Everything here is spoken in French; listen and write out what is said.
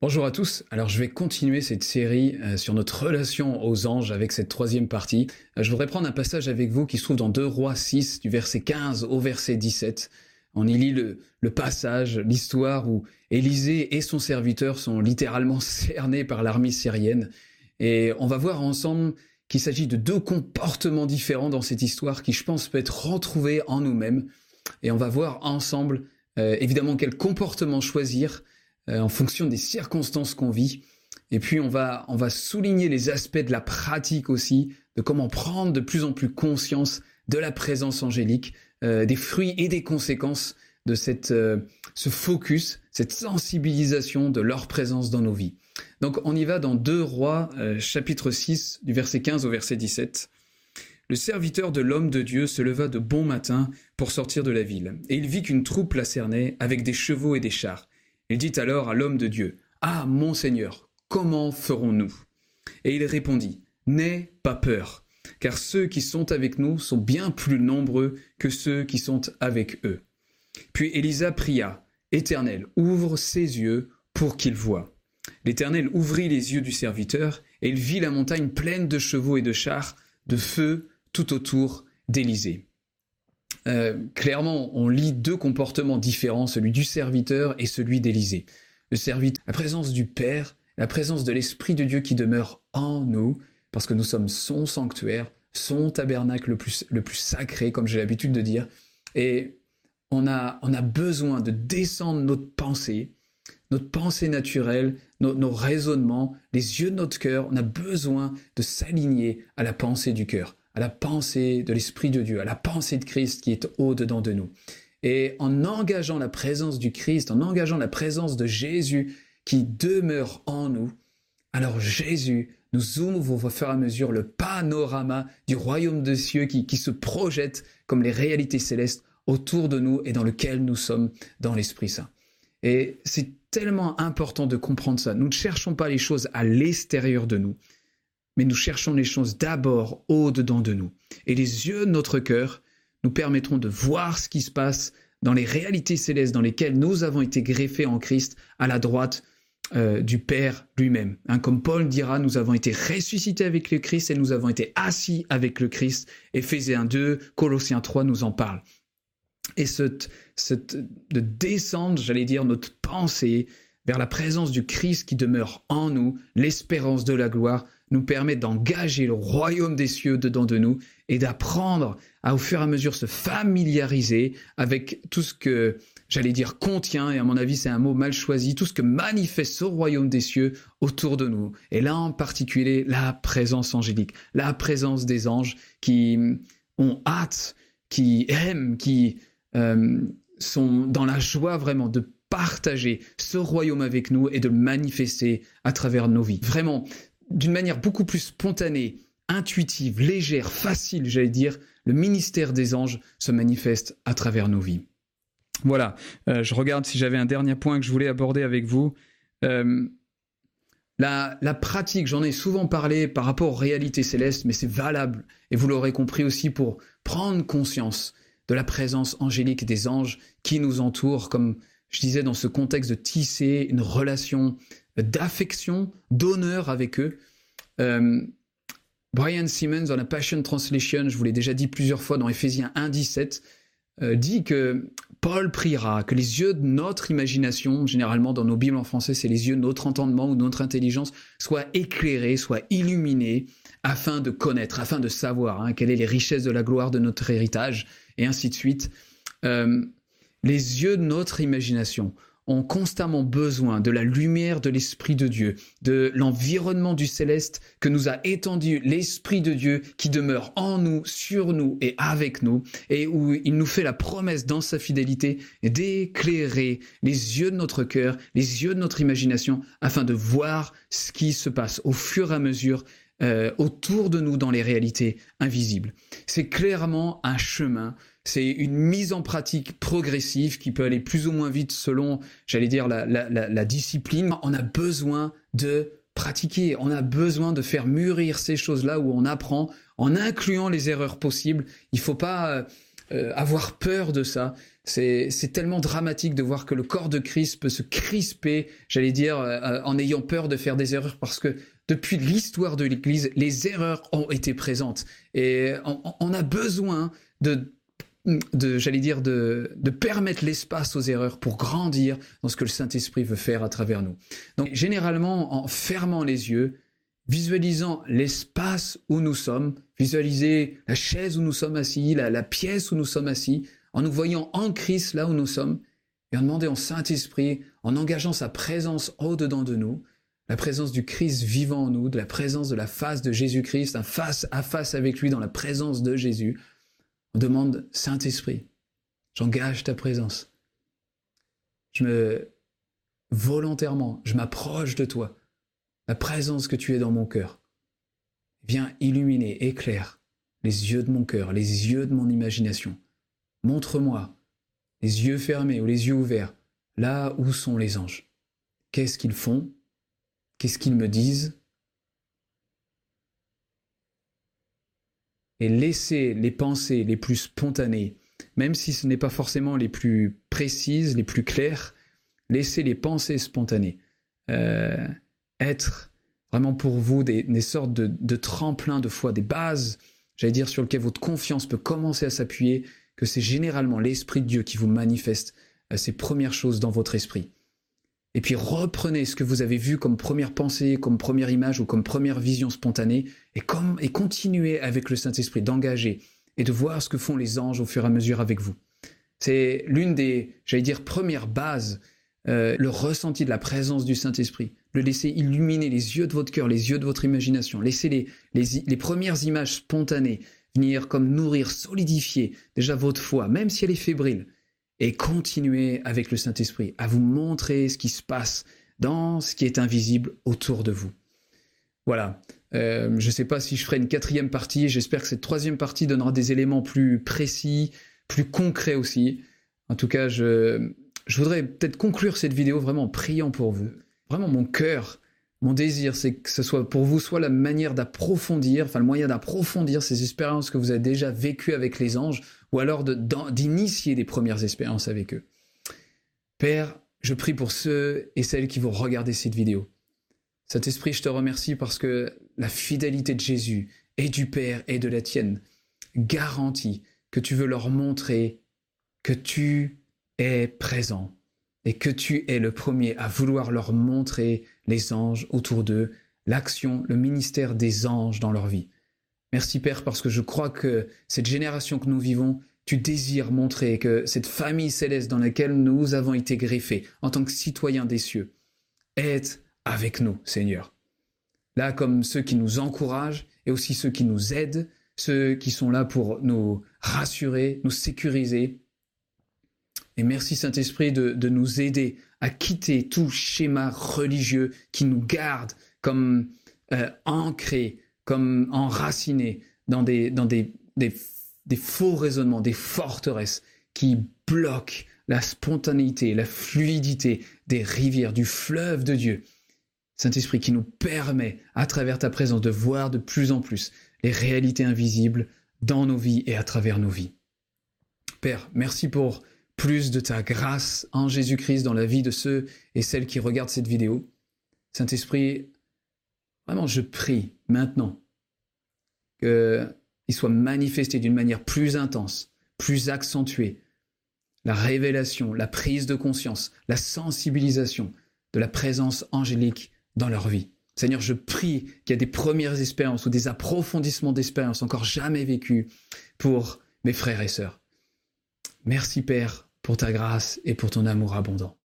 Bonjour à tous, alors je vais continuer cette série sur notre relation aux anges avec cette troisième partie. Je voudrais prendre un passage avec vous qui se trouve dans 2 Rois 6 du verset 15 au verset 17. On y lit le passage, l'histoire où Élisée et son serviteur sont littéralement cernés par l'armée syrienne. Et on va voir ensemble qu'il s'agit de 2 comportements différents dans cette histoire qui je pense peut être retrouvés en nous-mêmes. Et on va voir ensemble évidemment quel comportement choisir en fonction des circonstances qu'on vit. Et puis on va souligner les aspects de la pratique aussi, de comment prendre de plus en plus conscience de la présence angélique, des fruits et des conséquences de ce focus, cette sensibilisation de leur présence dans nos vies. Donc on y va dans 2 Rois, chapitre 6, du verset 15 au verset 17. Le serviteur de l'homme de Dieu se leva de bon matin pour sortir de la ville, et il vit qu'une troupe la cernait avec des chevaux et des chars. Il dit alors à l'homme de Dieu, « Ah, mon Seigneur, comment ferons-nous » Et il répondit, « N'aie pas peur, car ceux qui sont avec nous sont bien plus nombreux que ceux qui sont avec eux. » Puis Élisa pria, « Éternel, ouvre ses yeux pour qu'il voie. » L'Éternel ouvrit les yeux du serviteur, et il vit la montagne pleine de chevaux et de chars, de feu tout autour d'Élysée. Clairement, on lit 2 comportements différents, celui du serviteur et celui d'Élysée. Le serviteur, la présence du Père, la présence de l'Esprit de Dieu qui demeure en nous, parce que nous sommes son sanctuaire, son tabernacle le plus sacré, comme j'ai l'habitude de dire. Et on a besoin de descendre notre pensée naturelle, nos raisonnements, les yeux de notre cœur. On a besoin de s'aligner à la pensée du cœur, à la pensée de l'Esprit de Dieu, à la pensée de Christ qui est au-dedans de nous. Et en engageant la présence du Christ, en engageant la présence de Jésus qui demeure en nous, alors Jésus nous ouvre au fur et à mesure le panorama du royaume des cieux qui se projette comme les réalités célestes autour de nous et dans lequel nous sommes dans l'Esprit Saint. Et c'est tellement important de comprendre ça. Nous ne cherchons pas les choses à l'extérieur de nous, mais nous cherchons les choses d'abord au-dedans de nous. Et les yeux de notre cœur nous permettront de voir ce qui se passe dans les réalités célestes dans lesquelles nous avons été greffés en Christ à la droite du Père lui-même. Comme Paul dira, nous avons été ressuscités avec le Christ et nous avons été assis avec le Christ. Éphésiens 2, Colossiens 3 nous en parle. Et de descendre, j'allais dire, notre pensée vers la présence du Christ qui demeure en nous, l'espérance de la gloire, nous permet d'engager le royaume des cieux dedans de nous et d'apprendre à, au fur et à mesure, se familiariser avec tout ce que, j'allais dire, contient, et à mon avis, c'est un mot mal choisi, tout ce que manifeste ce royaume des cieux autour de nous. Et là, en particulier, la présence angélique, la présence des anges qui ont hâte, qui aiment, qui sont dans la joie vraiment de partager ce royaume avec nous et de le manifester à travers nos vies. Vraiment, d'une manière beaucoup plus spontanée, intuitive, légère, facile, j'allais dire, le ministère des anges se manifeste à travers nos vies. Voilà, je regarde si j'avais un dernier point que je voulais aborder avec vous. La pratique, j'en ai souvent parlé par rapport aux réalités célestes, mais c'est valable, et vous l'aurez compris aussi, pour prendre conscience de la présence angélique des anges qui nous entourent, comme je disais, dans ce contexte de tisser une relation d'affection, d'honneur avec eux. Brian Simmons, dans la Passion Translation, je vous l'ai déjà dit plusieurs fois dans Éphésiens 1, 17, dit que Paul priera que les yeux de notre imagination, généralement dans nos Bibles en français, c'est les yeux de notre entendement ou de notre intelligence, soient éclairés, soient illuminés, afin de connaître, afin de savoir quelles sont les richesses de la gloire de notre héritage, et ainsi de suite. Les yeux de notre imagination ont constamment besoin de la lumière de l'Esprit de Dieu, de l'environnement du céleste que nous a étendu l'Esprit de Dieu qui demeure en nous, sur nous et avec nous, et où il nous fait la promesse dans sa fidélité d'éclairer les yeux de notre cœur, les yeux de notre imagination, afin de voir ce qui se passe au fur et à mesure autour de nous dans les réalités invisibles. C'est clairement un chemin, c'est une mise en pratique progressive qui peut aller plus ou moins vite selon, j'allais dire, la discipline. On a besoin de pratiquer, on a besoin de faire mûrir ces choses-là où on apprend en incluant les erreurs possibles. Il ne faut pas avoir peur de ça. C'est tellement dramatique de voir que le corps de Christ peut se crisper, j'allais dire, en ayant peur de faire des erreurs, parce que depuis l'histoire de l'Église, les erreurs ont été présentes. Et on a besoin j'allais dire, de permettre l'espace aux erreurs pour grandir dans ce que le Saint-Esprit veut faire à travers nous. Donc, généralement, en fermant les yeux, visualisant l'espace où nous sommes, visualiser la chaise où nous sommes assis, la pièce où nous sommes assis, en nous voyant en Christ là où nous sommes, et en demandant au Saint-Esprit, en engageant sa présence au-dedans de nous, la présence du Christ vivant en nous, de la présence de la face de Jésus-Christ, un face à face avec lui dans la présence de Jésus. On demande, Saint-Esprit, j'engage ta présence. Volontairement, je m'approche de toi. La présence que tu es dans mon cœur. Viens illuminer, éclaire les yeux de mon cœur, les yeux de mon imagination. Montre-moi, les yeux fermés ou les yeux ouverts, là où sont les anges. Qu'est-ce qu'ils font? Qu'est-ce qu'ils me disent? Et laissez les pensées les plus spontanées, même si ce n'est pas forcément les plus précises, les plus claires, laissez les pensées spontanées être vraiment pour vous des sortes de tremplins de foi, des bases, j'allais dire, sur lesquelles votre confiance peut commencer à s'appuyer, que c'est généralement l'Esprit de Dieu qui vous manifeste ces premières choses dans votre esprit. Et puis reprenez ce que vous avez vu comme première pensée, comme première image ou comme première vision spontanée et continuez avec le Saint-Esprit d'engager et de voir ce que font les anges au fur et à mesure avec vous. C'est l'une des, j'allais dire, premières bases, le ressenti de la présence du Saint-Esprit. Le laisser illuminer les yeux de votre cœur, les yeux de votre imagination. Laissez les premières images spontanées venir comme nourrir, solidifier déjà votre foi, même si elle est fébrile. Et continuez avec le Saint-Esprit à vous montrer ce qui se passe dans ce qui est invisible autour de vous. Voilà. Je ne sais pas si je ferai une 4e partie. J'espère que cette 3e partie donnera des éléments plus précis, plus concrets aussi. En tout cas, je voudrais peut-être conclure cette vidéo vraiment en priant pour vous. Vraiment, mon cœur, mon désir, c'est que ce soit pour vous soit la manière d'approfondir, le moyen d'approfondir ces expériences que vous avez déjà vécues avec les anges, ou alors d'initier des premières expériences avec eux. Père, je prie pour ceux et celles qui vont regarder cette vidéo. Saint-Esprit, je te remercie parce que la fidélité de Jésus et du Père et de la tienne garantit que tu veux leur montrer que tu es présent et que tu es le premier à vouloir leur montrer les anges autour d'eux, l'action, le ministère des anges dans leur vie. Merci Père parce que je crois que cette génération que nous vivons, tu désires montrer que cette famille céleste dans laquelle nous avons été greffés en tant que citoyens des cieux est avec nous, Seigneur. Là, comme ceux qui nous encouragent et aussi ceux qui nous aident, ceux qui sont là pour nous rassurer, nous sécuriser. Et merci Saint-Esprit de nous aider à quitter tout schéma religieux qui nous garde comme ancrés, comme enracinés dans des faux raisonnements, des forteresses qui bloquent la spontanéité, la fluidité des rivières, du fleuve de Dieu. Saint-Esprit qui nous permet, à travers ta présence, de voir de plus en plus les réalités invisibles dans nos vies et à travers nos vies. Père, merci pour plus de ta grâce en Jésus-Christ dans la vie de ceux et celles qui regardent cette vidéo. Saint-Esprit, vraiment, je prie maintenant qu'il soit manifesté d'une manière plus intense, plus accentuée, la révélation, la prise de conscience, la sensibilisation de la présence angélique dans leur vie. Seigneur, je prie qu'il y ait des premières expériences ou des approfondissements d'expériences encore jamais vécues pour mes frères et sœurs. Merci Père pour ta grâce et pour ton amour abondant.